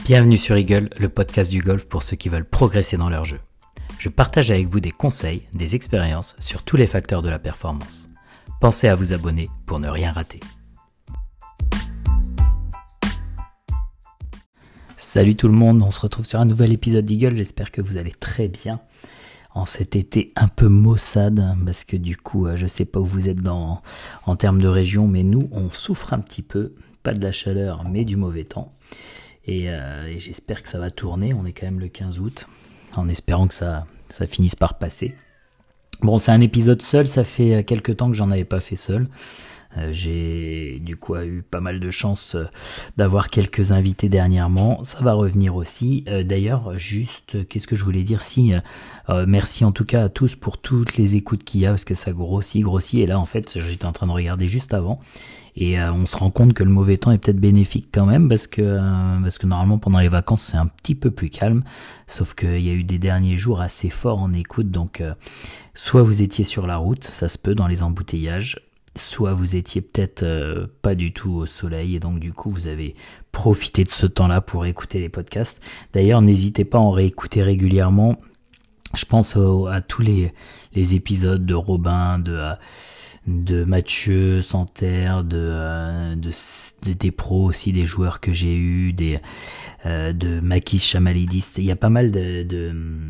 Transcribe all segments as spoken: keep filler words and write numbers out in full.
Bienvenue sur Eagle, le podcast du golf pour ceux qui veulent progresser dans leur jeu. Je partage avec vous des conseils, des expériences sur tous les facteurs de la performance. Pensez à vous abonner pour ne rien rater. Salut tout le monde, on se retrouve sur un nouvel épisode d'Eagle, j'espère que vous allez très bien. En cet été un peu maussade, parce que du coup, je sais pas où vous êtes dans, en termes de région, mais nous, on souffre un petit peu, pas de la chaleur, mais du mauvais temps. Et, euh, et j'espère que ça va tourner, on est quand même le quinze août, en espérant que ça, ça finisse par passer. Bon, c'est un épisode seul, ça fait quelques temps que j'en avais pas fait seul. Euh, j'ai du coup eu pas mal de chance euh, d'avoir quelques invités dernièrement, ça va revenir aussi. Euh, d'ailleurs, juste, euh, qu'est-ce que je voulais dire si euh, euh, merci en tout cas à tous pour toutes les écoutes qu'il y a, parce que ça grossit, grossit, et là en fait, j'étais en train de regarder juste avant, et euh, on se rend compte que le mauvais temps est peut-être bénéfique quand même, parce que, euh, parce que normalement pendant les vacances c'est un petit peu plus calme, sauf qu'il y a eu des derniers jours assez forts en écoute, donc euh, soit vous étiez sur la route, ça se peut dans les embouteillages, soit vous étiez peut-être euh, pas du tout au soleil et donc du coup vous avez profité de ce temps-là pour écouter les podcasts. D'ailleurs, n'hésitez pas à en réécouter régulièrement. Je pense au, à tous les, les épisodes de Robin, de, de Mathieu Santerre, de, de, de des pros aussi, des joueurs que j'ai eu, des euh, de Makis Chamalidis. Il y a pas mal de, de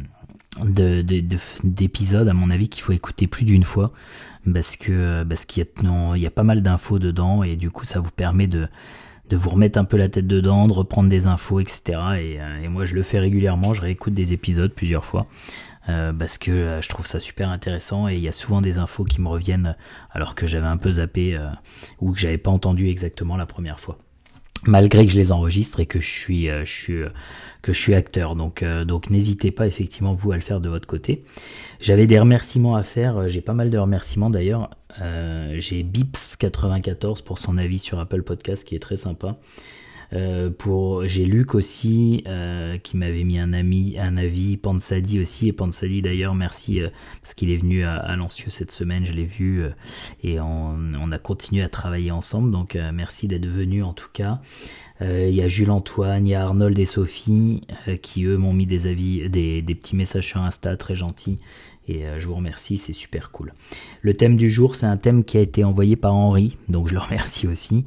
De, de, de, d'épisodes à mon avis qu'il faut écouter plus d'une fois parce que parce qu'il y a, non, il y a pas mal d'infos dedans et du coup ça vous permet de, de vous remettre un peu la tête dedans, de reprendre des infos, et cetera. Et, et moi je le fais régulièrement, je réécoute des épisodes plusieurs fois euh, parce que euh, je trouve ça super intéressant et il y a souvent des infos qui me reviennent alors que j'avais un peu zappé euh, ou que j'avais pas entendu exactement la première fois, malgré que je les enregistre et que je suis, euh, je suis, euh, que je suis acteur. Donc, euh, donc n'hésitez pas effectivement vous à le faire de votre côté. J'avais des remerciements à faire. J'ai pas mal de remerciements d'ailleurs. Euh, j'ai Bips quatre-vingt-quatorze pour son avis sur Apple Podcast qui est très sympa. Euh, pour j'ai Luc aussi euh, qui m'avait mis un ami un avis, Pansadi aussi, et Pansadi d'ailleurs merci euh, parce qu'il est venu à, à Lancieux cette semaine, je l'ai vu euh, et on, on a continué à travailler ensemble, donc euh, merci d'être venu en tout cas. Il euh, y a Jules Antoine, il y a Arnold et Sophie euh, qui eux m'ont mis des avis, des, des petits messages sur Insta très gentils. Et euh, je vous remercie, c'est super cool. Le thème du jour, c'est un thème qui a été envoyé par Henri, donc je le remercie aussi.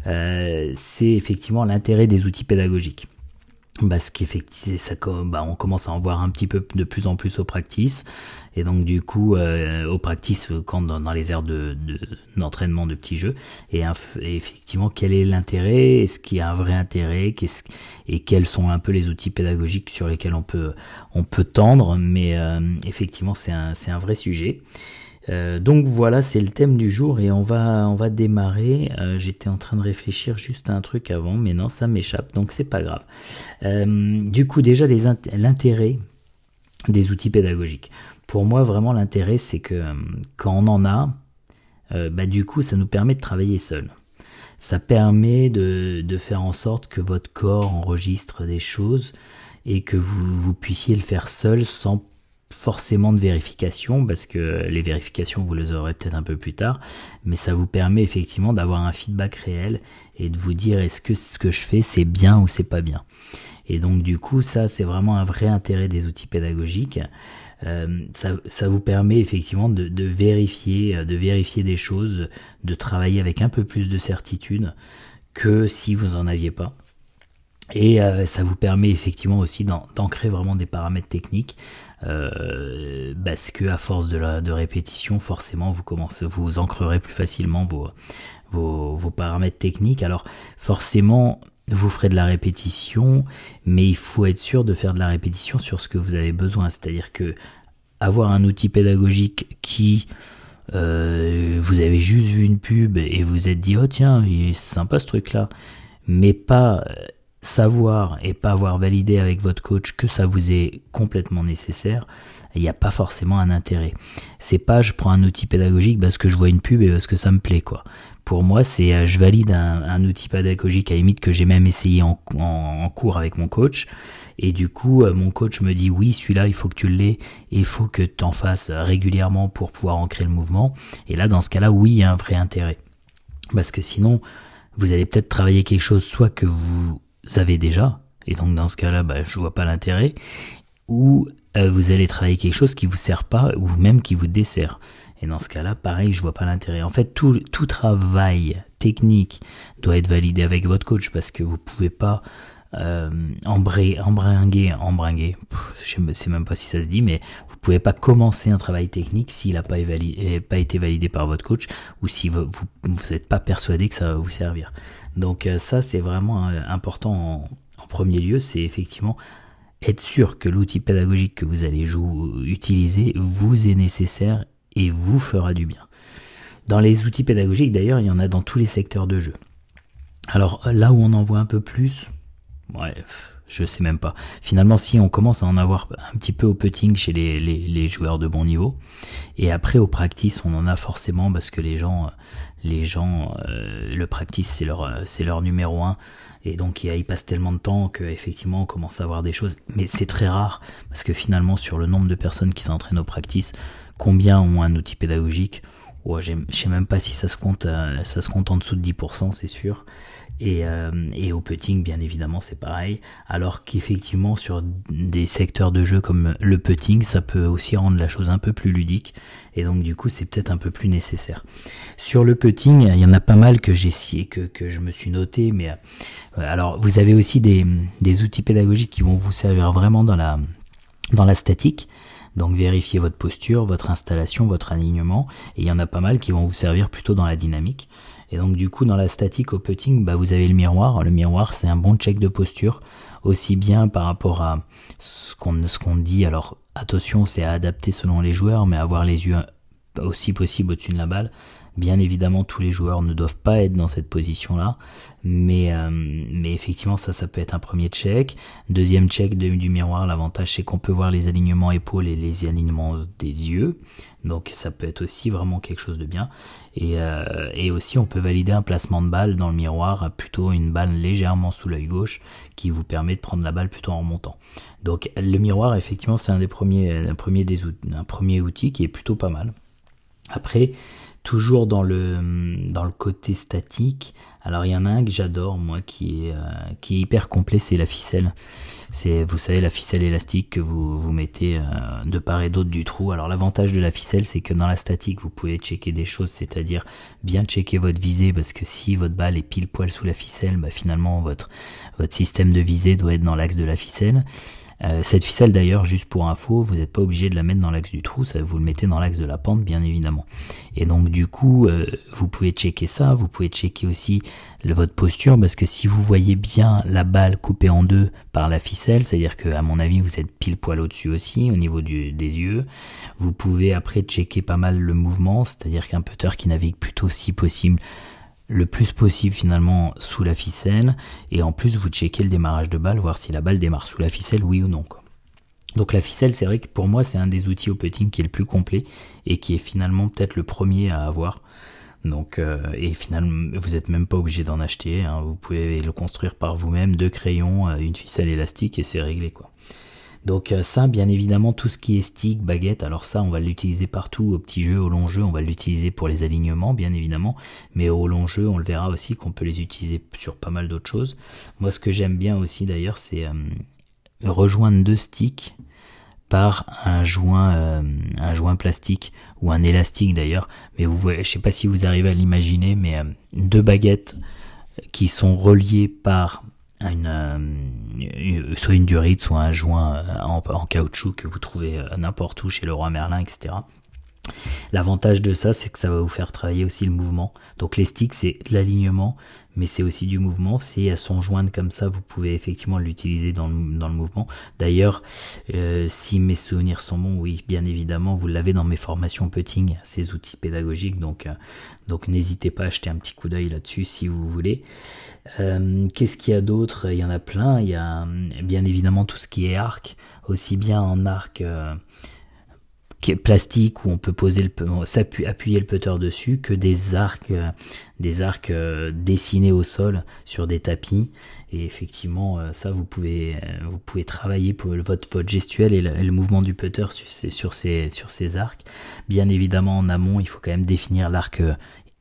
Euh, c'est effectivement l'intérêt des outils pédagogiques. Parce qu'effectivement, ça, bah, on commence à en voir un petit peu de plus en plus au practice. Et donc du coup, euh, au practice, quand dans, dans les aires de, de, d'entraînement de petits jeux. Et, et effectivement, quel est l'intérêt? Est-ce qu'il y a un vrai intérêt? Qu'est-ce, et quels sont un peu les outils pédagogiques sur lesquels on peut, on peut tendre? Mais euh, effectivement, c'est un, c'est un vrai sujet. Euh, donc voilà, c'est le thème du jour et on va on va démarrer. Euh, j'étais en train de réfléchir juste à un truc avant, mais non, ça m'échappe, donc c'est pas grave. Euh, du coup, déjà les int- l'intérêt des outils pédagogiques. Pour moi, vraiment l'intérêt, c'est que euh, quand on en a, euh, bah du coup, ça nous permet de travailler seul. Ça permet de de faire en sorte que votre corps enregistre des choses et que vous vous puissiez le faire seul sans forcément de vérification, parce que les vérifications vous les aurez peut-être un peu plus tard, mais ça vous permet effectivement d'avoir un feedback réel et de vous dire est-ce que ce que je fais c'est bien ou c'est pas bien. Et donc du coup ça c'est vraiment un vrai intérêt des outils pédagogiques. Euh, ça, ça vous permet effectivement de, de vérifier, de vérifier des choses, de travailler avec un peu plus de certitude que si vous en aviez pas. Et euh, ça vous permet effectivement aussi d'en, d'ancrer vraiment des paramètres techniques, euh, parce que à force de, la, de répétition, forcément, vous commencez, vous ancrerez plus facilement vos, vos, vos paramètres techniques. Alors forcément, vous ferez de la répétition, mais il faut être sûr de faire de la répétition sur ce que vous avez besoin. C'est-à-dire que avoir un outil pédagogique qui euh, vous avez juste vu une pub et vous êtes dit oh tiens, c'est sympa ce truc-là, mais pas savoir et pas avoir validé avec votre coach que ça vous est complètement nécessaire, il n'y a pas forcément un intérêt. C'est pas je prends un outil pédagogique parce que je vois une pub et parce que ça me plaît quoi. Pour moi c'est je valide un, un outil pédagogique à la limite que j'ai même essayé en, en, en cours avec mon coach et du coup mon coach me dit oui celui-là il faut que tu l'aies et il faut que tu en fasses régulièrement pour pouvoir ancrer le mouvement, et là dans ce cas là oui il y a un vrai intérêt, parce que sinon vous allez peut-être travailler quelque chose soit que vous avez déjà et donc dans ce cas-là, bah, je vois pas l'intérêt. Ou euh, vous allez travailler quelque chose qui vous sert pas, ou même qui vous dessert. Et dans ce cas-là, pareil, je vois pas l'intérêt. En fait, tout, tout travail technique doit être validé avec votre coach, parce que vous pouvez pas euh, embringuer, embringuer, embringuer, je sais même pas si ça se dit, mais vous pouvez pas commencer un travail technique s'il n'a pas, pas été validé par votre coach, ou si vous n'êtes pas persuadé que ça va vous servir. Donc euh, ça, c'est vraiment euh, important en, en premier lieu, c'est effectivement être sûr que l'outil pédagogique que vous allez jou- utiliser vous est nécessaire et vous fera du bien. Dans les outils pédagogiques, d'ailleurs, il y en a dans tous les secteurs de jeu. Alors là où on en voit un peu plus, ouais, je sais même pas. Finalement, si on commence à en avoir un petit peu au putting chez les, les, les joueurs de bon niveau, et après au practice, on en a forcément parce que les gens, les gens, euh, le practice c'est leur, c'est leur numéro un, et donc ils passent tellement de temps qu'effectivement on commence à avoir des choses, mais c'est très rare parce que finalement sur le nombre de personnes qui s'entraînent au practice, combien ont un outil pédagogique? Ouais, je sais même pas si ça se compte, euh, ça se compte en dessous de dix pour cent, c'est sûr. Et, euh, et au putting, bien évidemment, c'est pareil. Alors qu'effectivement, sur des secteurs de jeu comme le putting, ça peut aussi rendre la chose un peu plus ludique. Et donc, du coup, c'est peut-être un peu plus nécessaire. Sur le putting, il y en a pas mal que j'ai que, que je me suis noté. Mais euh, alors, vous avez aussi des, des outils pédagogiques qui vont vous servir vraiment dans la, dans la statique. Donc vérifiez votre posture, votre installation, votre alignement, et il y en a pas mal qui vont vous servir plutôt dans la dynamique. Et donc du coup dans la statique au putting, bah, vous avez le miroir. Le miroir c'est un bon check de posture, aussi bien par rapport à ce qu'on ce qu'on dit. Alors attention, c'est à adapter selon les joueurs, mais avoir les yeux aussi possible au-dessus de la balle. Bien évidemment, tous les joueurs ne doivent pas être dans cette position-là, mais, euh, mais effectivement, ça, ça peut être un premier check. Deuxième check de, du miroir, l'avantage, c'est qu'on peut voir les alignements épaules et les alignements des yeux. Donc, ça peut être aussi vraiment quelque chose de bien. Et, euh, et aussi, on peut valider un placement de balle dans le miroir, plutôt une balle légèrement sous l'œil gauche, qui vous permet de prendre la balle plutôt en remontant. Donc, le miroir, effectivement, c'est un des premiers, un premier des outils, un premier outil qui est plutôt pas mal. Après, toujours dans le, dans le côté statique, alors il y en a un que j'adore, moi, qui est, euh, qui est hyper complet, c'est la ficelle. C'est, vous savez, la ficelle élastique que vous, vous mettez euh, de part et d'autre du trou. Alors l'avantage de la ficelle, c'est que dans la statique, vous pouvez checker des choses, c'est-à-dire bien checker votre visée, parce que si votre balle est pile poil sous la ficelle, bah, finalement, votre, votre système de visée doit être dans l'axe de la ficelle. Euh, cette ficelle d'ailleurs, juste pour info, vous n'êtes pas obligé de la mettre dans l'axe du trou, ça vous le mettez dans l'axe de la pente bien évidemment. Et donc du coup, euh, vous pouvez checker ça, vous pouvez checker aussi le, votre posture, parce que si vous voyez bien la balle coupée en deux par la ficelle, c'est-à-dire que à mon avis vous êtes pile poil au-dessus aussi, au niveau du, des yeux, vous pouvez après checker pas mal le mouvement, c'est-à-dire qu'un putter qui navigue plutôt si possible le plus possible finalement sous la ficelle, et en plus vous checkez le démarrage de balle, voir si la balle démarre sous la ficelle, oui ou non, quoi. Donc la ficelle, c'est vrai que pour moi c'est un des outils au putting qui est le plus complet et qui est finalement peut-être le premier à avoir. Donc euh, et finalement vous n'êtes même pas obligé d'en acheter, hein. Vous pouvez le construire par vous-même, deux crayons, une ficelle élastique et c'est réglé, quoi. Donc ça, bien évidemment, tout ce qui est stick, baguette, alors ça on va l'utiliser partout, au petit jeu, au long jeu, on va l'utiliser pour les alignements bien évidemment, mais au long jeu on le verra aussi qu'on peut les utiliser sur pas mal d'autres choses. Moi ce que j'aime bien aussi d'ailleurs, c'est euh, rejoindre deux sticks par un joint, euh, un joint plastique ou un élastique d'ailleurs, mais vous voyez, je sais pas si vous arrivez à l'imaginer, mais euh, deux baguettes qui sont reliées par Une, euh, soit une durite, soit un joint en, en caoutchouc que vous trouvez n'importe où chez Leroy Merlin, et cetera. L'avantage de ça, c'est que ça va vous faire travailler aussi le mouvement. Donc les sticks, c'est l'alignement, mais c'est aussi du mouvement. Si elles sont jointes comme ça, vous pouvez effectivement l'utiliser dans le, dans le mouvement. D'ailleurs, euh, si mes souvenirs sont bons, oui, bien évidemment, vous l'avez dans mes formations putting, ces outils pédagogiques. Donc, euh, donc n'hésitez pas à jeter un petit coup d'œil là-dessus si vous voulez. Euh, qu'est-ce qu'il y a d'autre? Il y en a plein. Il y a bien évidemment tout ce qui est arc, aussi bien en arc euh, plastique où on peut poser le s'appuyer appuyer le putter dessus, que des arcs euh, des arcs euh, dessinés au sol sur des tapis. Et effectivement euh, ça vous pouvez euh, vous pouvez travailler pour votre votre gestuelle et le, et le mouvement du putter sur ces sur ces sur ces arcs. Bien évidemment en amont il faut quand même définir l'arc euh,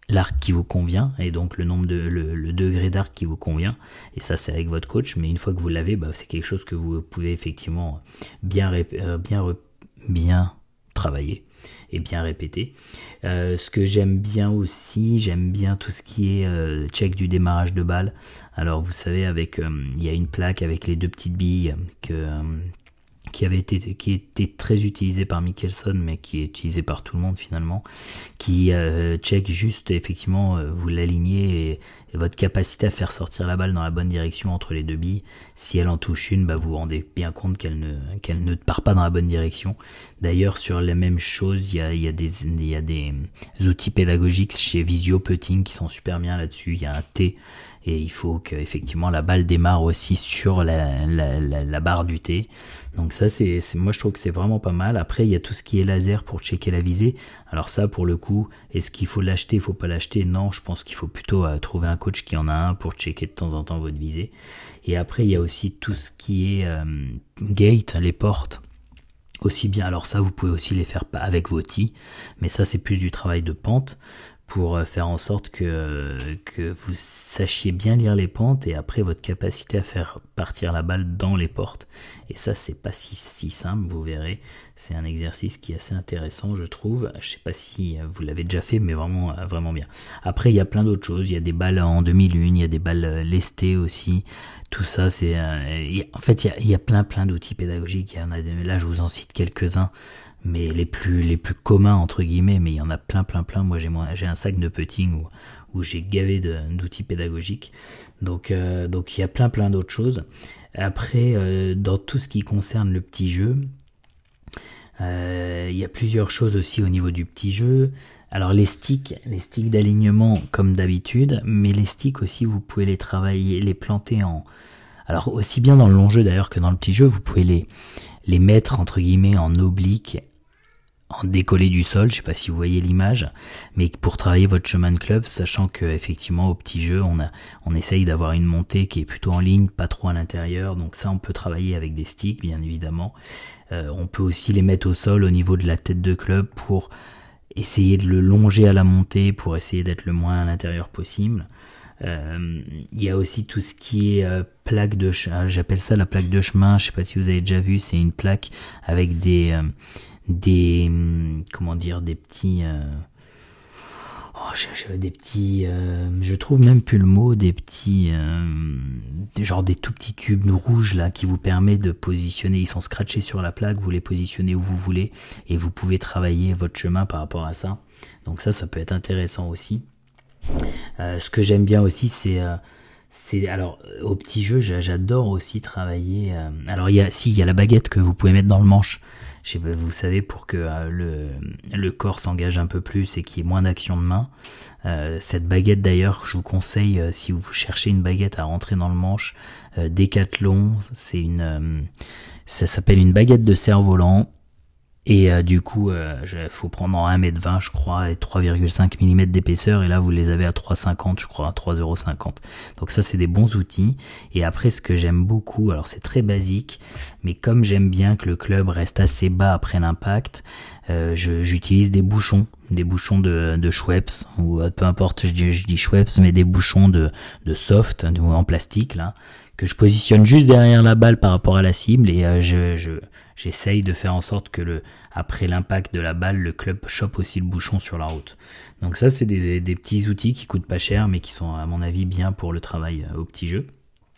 l'arc qui vous convient et donc le nombre de le, le degré d'arc qui vous convient, et ça c'est avec votre coach, mais une fois que vous l'avez, bah, c'est quelque chose que vous pouvez effectivement bien euh, bien bien travailler et bien répéter. Euh, ce que j'aime bien aussi, j'aime bien tout ce qui est euh, check du démarrage de balle. Alors vous savez, avec euh, il y a une plaque avec les deux petites billes que euh, qui avait été qui était très utilisé par Mickelson, mais qui est utilisé par tout le monde finalement, qui euh, check juste effectivement euh, vous l'alignez et, et votre capacité à faire sortir la balle dans la bonne direction entre les deux billes. Si elle en touche une, bah vous vous rendez bien compte qu'elle ne qu'elle ne part pas dans la bonne direction. D'ailleurs, sur les mêmes choses, il y a il y a des il y a des outils pédagogiques chez Visio Putting qui sont super bien là-dessus. Il y a un T. Et il faut que effectivement la balle démarre aussi sur la, la, la, la barre du T. Donc ça, c'est, c'est moi je trouve que c'est vraiment pas mal. Après, il y a tout ce qui est laser pour checker la visée. Alors ça, pour le coup, est-ce qu'il faut l'acheter, il faut pas l'acheter? Non, je pense qu'il faut plutôt euh, trouver un coach qui en a un pour checker de temps en temps votre visée. Et après, il y a aussi tout ce qui est euh, gate, les portes. Aussi bien, alors ça, vous pouvez aussi les faire avec vos tees, mais ça, c'est plus du travail de pente, pour faire en sorte que, que vous sachiez bien lire les pentes et après votre capacité à faire partir la balle dans les portes. Et ça, c'est pas si, si simple, vous verrez. C'est un exercice qui est assez intéressant, je trouve. Je sais pas si vous l'avez déjà fait, mais vraiment, vraiment bien. Après, il y a plein d'autres choses. Il y a des balles en demi-lune, il y a des balles lestées aussi. Tout ça, c'est... Euh, en fait, il y a, il y a plein, plein d'outils pédagogiques. Il y en a, là, je vous en cite quelques-uns, mais les plus les plus communs entre guillemets, mais il y en a plein plein plein. Moi j'ai moi j'ai un sac de putting où où j'ai gavé de, d'outils pédagogiques. Donc euh, donc il y a plein plein d'autres choses. Après euh, dans tout ce qui concerne le petit jeu, euh, il y a plusieurs choses aussi au niveau du petit jeu. Alors les sticks, les sticks d'alignement comme d'habitude, mais les sticks aussi vous pouvez les travailler, les planter en alors aussi bien dans le long jeu d'ailleurs que dans le petit jeu, vous pouvez les les mettre entre guillemets en oblique, en décollé du sol, je sais pas si vous voyez l'image, mais pour travailler votre chemin de club, sachant que effectivement au petit jeu, on a on essaye d'avoir une montée qui est plutôt en ligne, pas trop à l'intérieur, donc ça on peut travailler avec des sticks bien évidemment. Euh, on peut aussi les mettre au sol au niveau de la tête de club pour essayer de le longer à la montée, pour essayer d'être le moins à l'intérieur possible. Euh, il y a aussi tout ce qui est euh, plaque de chemin, j'appelle ça la plaque de chemin, je sais pas si vous avez déjà vu, c'est une plaque avec des euh, des comment dire des petits euh, oh, je, je, des petits euh, je trouve même plus le mot, des petits euh, des, genre des tout petits tubes rouges là qui vous permet de positionner, ils sont scratchés sur la plaque, vous les positionnez où vous voulez et vous pouvez travailler votre chemin par rapport à ça. Donc ça ça peut être intéressant aussi. Euh, ce que j'aime bien aussi, c'est, euh, c'est alors au petit jeu, j'adore aussi travailler. Euh, alors il y a, si il y a la baguette que vous pouvez mettre dans le manche. Je sais pas, vous savez, pour que euh, le le corps s'engage un peu plus et qu'il y ait moins d'action de main. Euh, cette baguette d'ailleurs, je vous conseille euh, si vous cherchez une baguette à rentrer dans le manche, euh, Decathlon, c'est une, euh, ça s'appelle une baguette de cerf-volant. Et euh, du coup, il euh, faut prendre en un mètre vingt, je crois, et trois virgule cinq millimètres d'épaisseur. Et là, vous les avez à trois cinquante, je crois, à trois euros cinquante. Donc ça, c'est des bons outils. Et après, ce que j'aime beaucoup, alors c'est très basique, mais comme j'aime bien que le club reste assez bas après l'impact, euh, je, j'utilise des bouchons, des bouchons de, de Schweppes, ou peu importe, je dis, je dis Schweppes, mais des bouchons de, de soft, en plastique, là, que je positionne juste derrière la balle par rapport à la cible, et euh, je... je j'essaye de faire en sorte que le après l'impact de la balle, le club chope aussi le bouchon sur la route. Donc ça, c'est des, des petits outils qui coûtent pas cher, mais qui sont à mon avis bien pour le travail au petit jeu.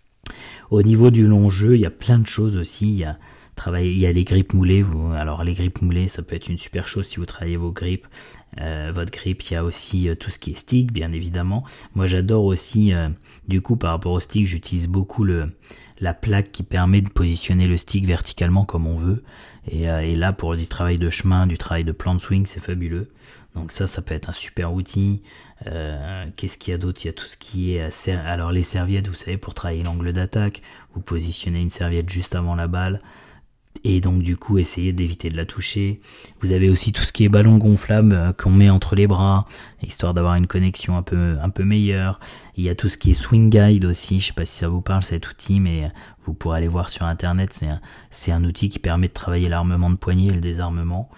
Au niveau du long jeu, il y a plein de choses aussi. Il y a travailler, il y a les grippes moulées. Vous, alors les grippes moulées, ça peut être une super chose si vous travaillez vos grippes. Euh, votre grip, il y a aussi euh, tout ce qui est stick, bien évidemment. Moi, j'adore aussi, euh, du coup, par rapport au stick, j'utilise beaucoup le la plaque qui permet de positionner le stick verticalement comme on veut. Et, euh, et là, pour du travail de chemin, du travail de plan de swing, c'est fabuleux. Donc ça, ça peut être un super outil. Euh, qu'est-ce qu'il y a d'autre? Il y a tout ce qui est... Euh, alors les serviettes, vous savez, pour travailler l'angle d'attaque, vous positionnez une serviette juste avant la balle. Et donc du coup essayez d'éviter de la toucher. Vous avez aussi tout ce qui est ballon gonflable euh, qu'on met entre les bras, histoire d'avoir une connexion un peu un peu meilleure. Il y a tout ce qui est swing guide aussi, je sais pas si ça vous parle cet outil, mais vous pourrez aller voir sur internet, c'est un, c'est un outil qui permet de travailler l'armement de poignet et le désarmement.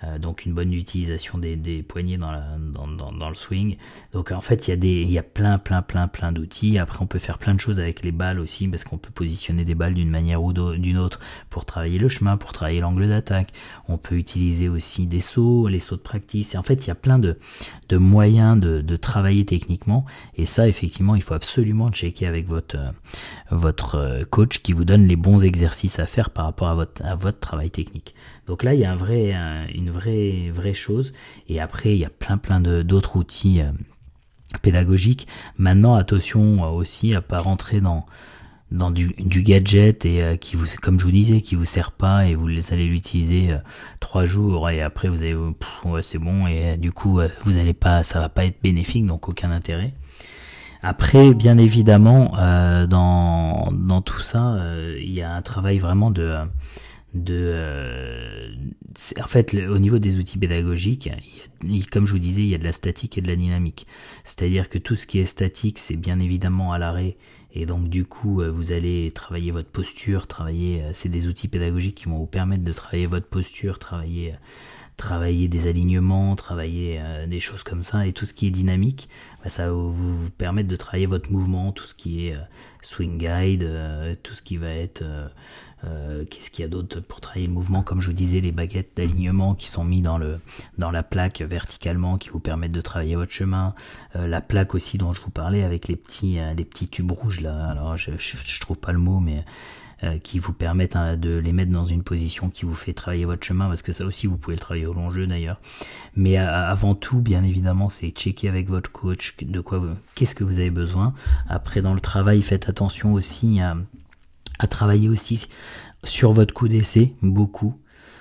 euh, donc une bonne utilisation des, des poignets dans, la, dans, dans, dans le swing. Donc en fait il y a des, il y a plein plein plein plein d'outils. Après on peut faire plein de choses avec les balles aussi, parce qu'on peut positionner des balles d'une manière ou d'une autre pour travailler le chemin, pour travailler l'angle d'attaque. On peut utiliser aussi des sauts, les sauts de practice. Et en fait il y a plein de, de moyens de, de travailler techniquement, et ça effectivement il faut absolument checker avec votre, euh, votre coach qui vous donne les bons exercices à faire par rapport à votre, à votre travail technique. Donc là il y a un vrai, un, une vraie, vraie chose, et après il y a plein plein de, d'autres outils euh, pédagogiques. Maintenant attention euh, aussi à pas rentrer dans dans du, du gadget et euh, qui vous, comme je vous disais, qui vous sert pas, et vous allez l'utiliser euh, trois jours et après vous allez pff, ouais c'est bon, et euh, du coup euh, vous allez pas, ça va pas être bénéfique, donc aucun intérêt. Après bien évidemment euh, dans dans tout ça euh, il y a un travail vraiment de de euh, en fait le, au niveau des outils pédagogiques, il y a, comme je vous disais, il y a de la statique et de la dynamique. C'est-à-dire que tout ce qui est statique, c'est bien évidemment à l'arrêt, et donc du coup vous allez travailler votre posture, travailler, c'est des outils pédagogiques qui vont vous permettre de travailler votre posture, travailler travailler des alignements, travailler euh, des choses comme ça, et tout ce qui est dynamique, bah, ça va vous, vous permettre de travailler votre mouvement, tout ce qui est euh, swing guide, euh, tout ce qui va être euh, euh, qu'est-ce qu'il y a d'autre pour travailler le mouvement, comme je vous disais, les baguettes d'alignement qui sont mis dans le dans la plaque verticalement, qui vous permettent de travailler votre chemin, euh, la plaque aussi dont je vous parlais avec les petits euh, les petits tubes rouges là, alors je, je, je trouve pas le mot, mais Euh, qui vous permettent hein, de les mettre dans une position qui vous fait travailler votre chemin, parce que ça aussi vous pouvez le travailler au long jeu d'ailleurs. Mais euh, avant tout, bien évidemment, c'est checker avec votre coach de quoi vous, qu'est-ce que vous avez besoin. Après dans le travail, faites attention aussi à, à travailler aussi sur votre coup d'essai, beaucoup.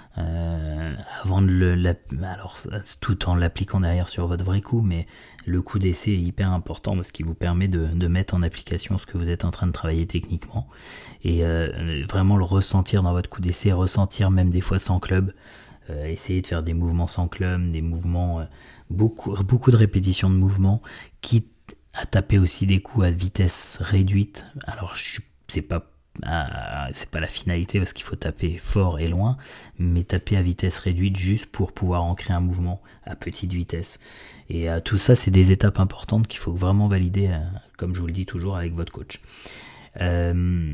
Euh, avant de le, la, alors tout en l'appliquant derrière sur votre vrai coup, mais le coup d'essai est hyper important parce qu'il vous permet de, de mettre en application ce que vous êtes en train de travailler techniquement, et euh, vraiment le ressentir dans votre coup d'essai, ressentir même des fois sans club, euh, essayer de faire des mouvements sans club, des mouvements, euh, beaucoup, beaucoup de répétitions de mouvements, quitte à taper aussi des coups à vitesse réduite. Alors je, c'est pas Ah, c'est pas la finalité parce qu'il faut taper fort et loin, mais taper à vitesse réduite juste pour pouvoir ancrer un mouvement à petite vitesse. Et euh, tout ça, c'est des étapes importantes qu'il faut vraiment valider, euh, comme je vous le dis toujours, avec votre coach. Euh,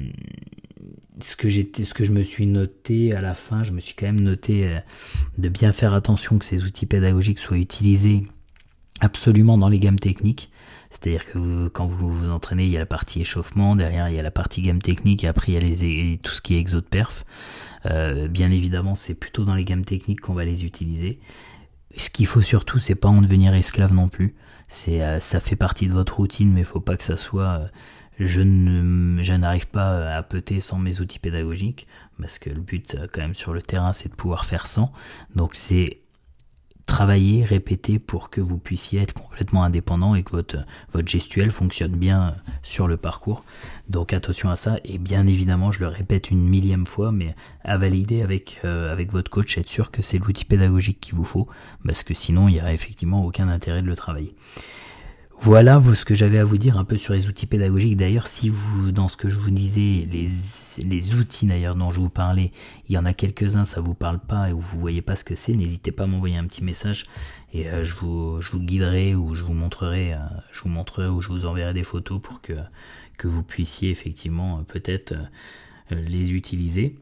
ce que j'ai, ce que je me suis noté à la fin, je me suis quand même noté euh, de bien faire attention que ces outils pédagogiques soient utilisés absolument dans les gammes techniques. C'est-à-dire que vous, quand vous vous entraînez, il y a la partie échauffement, derrière il y a la partie gamme technique, et après il y a les, tout ce qui est exo de perf. Euh, bien évidemment, c'est plutôt dans les gammes techniques qu'on va les utiliser. Ce qu'il faut surtout, c'est pas en devenir esclave non plus. C'est, euh, ça fait partie de votre routine, mais il faut pas que ça soit euh, je ne, je n'arrive pas à peter sans mes outils pédagogiques, parce que le but euh, quand même sur le terrain, c'est de pouvoir faire sans. Donc c'est travailler, répéter pour que vous puissiez être complètement indépendant et que votre, votre gestuelle fonctionne bien sur le parcours. Donc attention à ça, et bien évidemment, je le répète une millième fois, mais à valider avec, euh, avec votre coach, être sûr que c'est l'outil pédagogique qu'il vous faut, parce que sinon il n'y aurait effectivement aucun intérêt de le travailler. Voilà ce que j'avais à vous dire un peu sur les outils pédagogiques. D'ailleurs, si vous, dans ce que je vous disais, les, les outils d'ailleurs dont je vous parlais, il y en a quelques-uns, ça vous parle pas et où vous voyez pas ce que c'est, n'hésitez pas à m'envoyer un petit message, et euh, je vous, je vous guiderai, ou je vous montrerai, euh, je vous montrerai ou je vous enverrai des photos pour que, que vous puissiez effectivement euh, peut-être euh, les utiliser.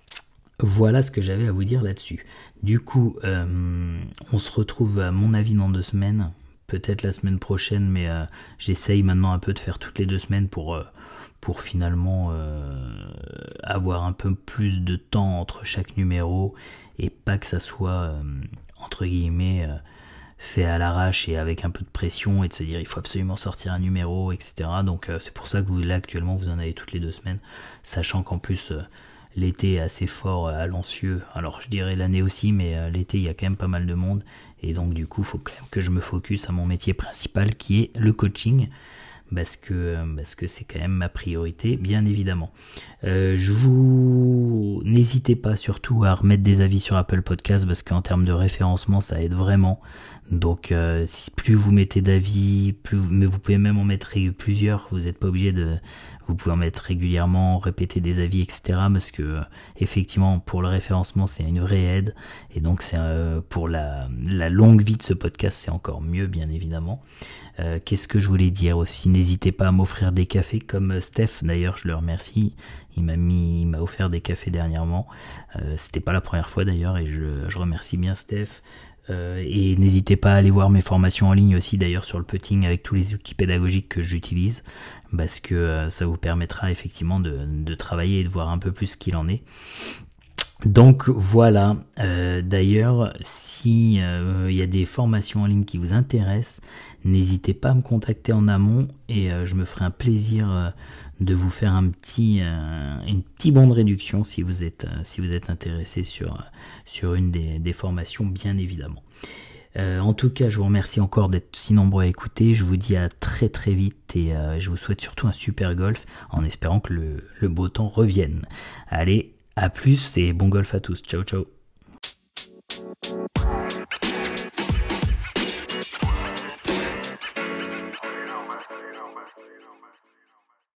Voilà ce que j'avais à vous dire là-dessus. Du coup, euh, on se retrouve à mon avis dans deux semaines. Peut-être la semaine prochaine, mais euh, j'essaye maintenant un peu de faire toutes les deux semaines pour, euh, pour finalement euh, avoir un peu plus de temps entre chaque numéro, et pas que ça soit, euh, entre guillemets, euh, fait à l'arrache et avec un peu de pression, et de se dire il faut absolument sortir un numéro, et cetera. Donc euh, c'est pour ça que vous, là actuellement vous en avez toutes les deux semaines, sachant qu'en plus... Euh, l'été est assez fort à Lancieux, alors je dirais l'année aussi, mais euh, l'été il y a quand même pas mal de monde, et donc du coup il faut quand même que je me focus à mon métier principal qui est le coaching, parce que parce que c'est quand même ma priorité, bien évidemment. Euh, je vous n'hésitez pas surtout à remettre des avis sur Apple Podcast, parce qu'en termes de référencement ça aide vraiment Donc euh, si plus vous mettez d'avis, plus vous, mais vous pouvez même en mettre plusieurs, vous n'êtes pas obligé de, vous pouvez en mettre régulièrement, répéter des avis, et cetera. Parce que euh, effectivement pour le référencement c'est une vraie aide, et donc c'est euh, pour la, la longue vie de ce podcast c'est encore mieux bien évidemment. Euh, qu'est-ce que je voulais dire aussi, n'hésitez pas à m'offrir des cafés comme Steph, d'ailleurs je le remercie, il m'a mis, il m'a offert des cafés dernièrement, euh, c'était pas la première fois d'ailleurs, et je, je remercie bien Steph. Euh, et n'hésitez pas à aller voir mes formations en ligne aussi d'ailleurs sur le putting avec tous les outils pédagogiques que j'utilise, parce que euh, ça vous permettra effectivement de, de travailler et de voir un peu plus ce qu'il en est. Donc voilà, euh, d'ailleurs si il euh, y a des formations en ligne qui vous intéressent, n'hésitez pas à me contacter en amont, et euh, je me ferai un plaisir euh, de vous faire un petit, euh, une petit bon de réduction si vous êtes, euh, si vous êtes intéressé sur, euh, sur une des, des formations bien évidemment. Euh, en tout cas je vous remercie encore d'être si nombreux à écouter, je vous dis à très très vite, et euh, je vous souhaite surtout un super golf en espérant que le, le beau temps revienne. Allez, à plus et bon golf à tous, ciao ciao.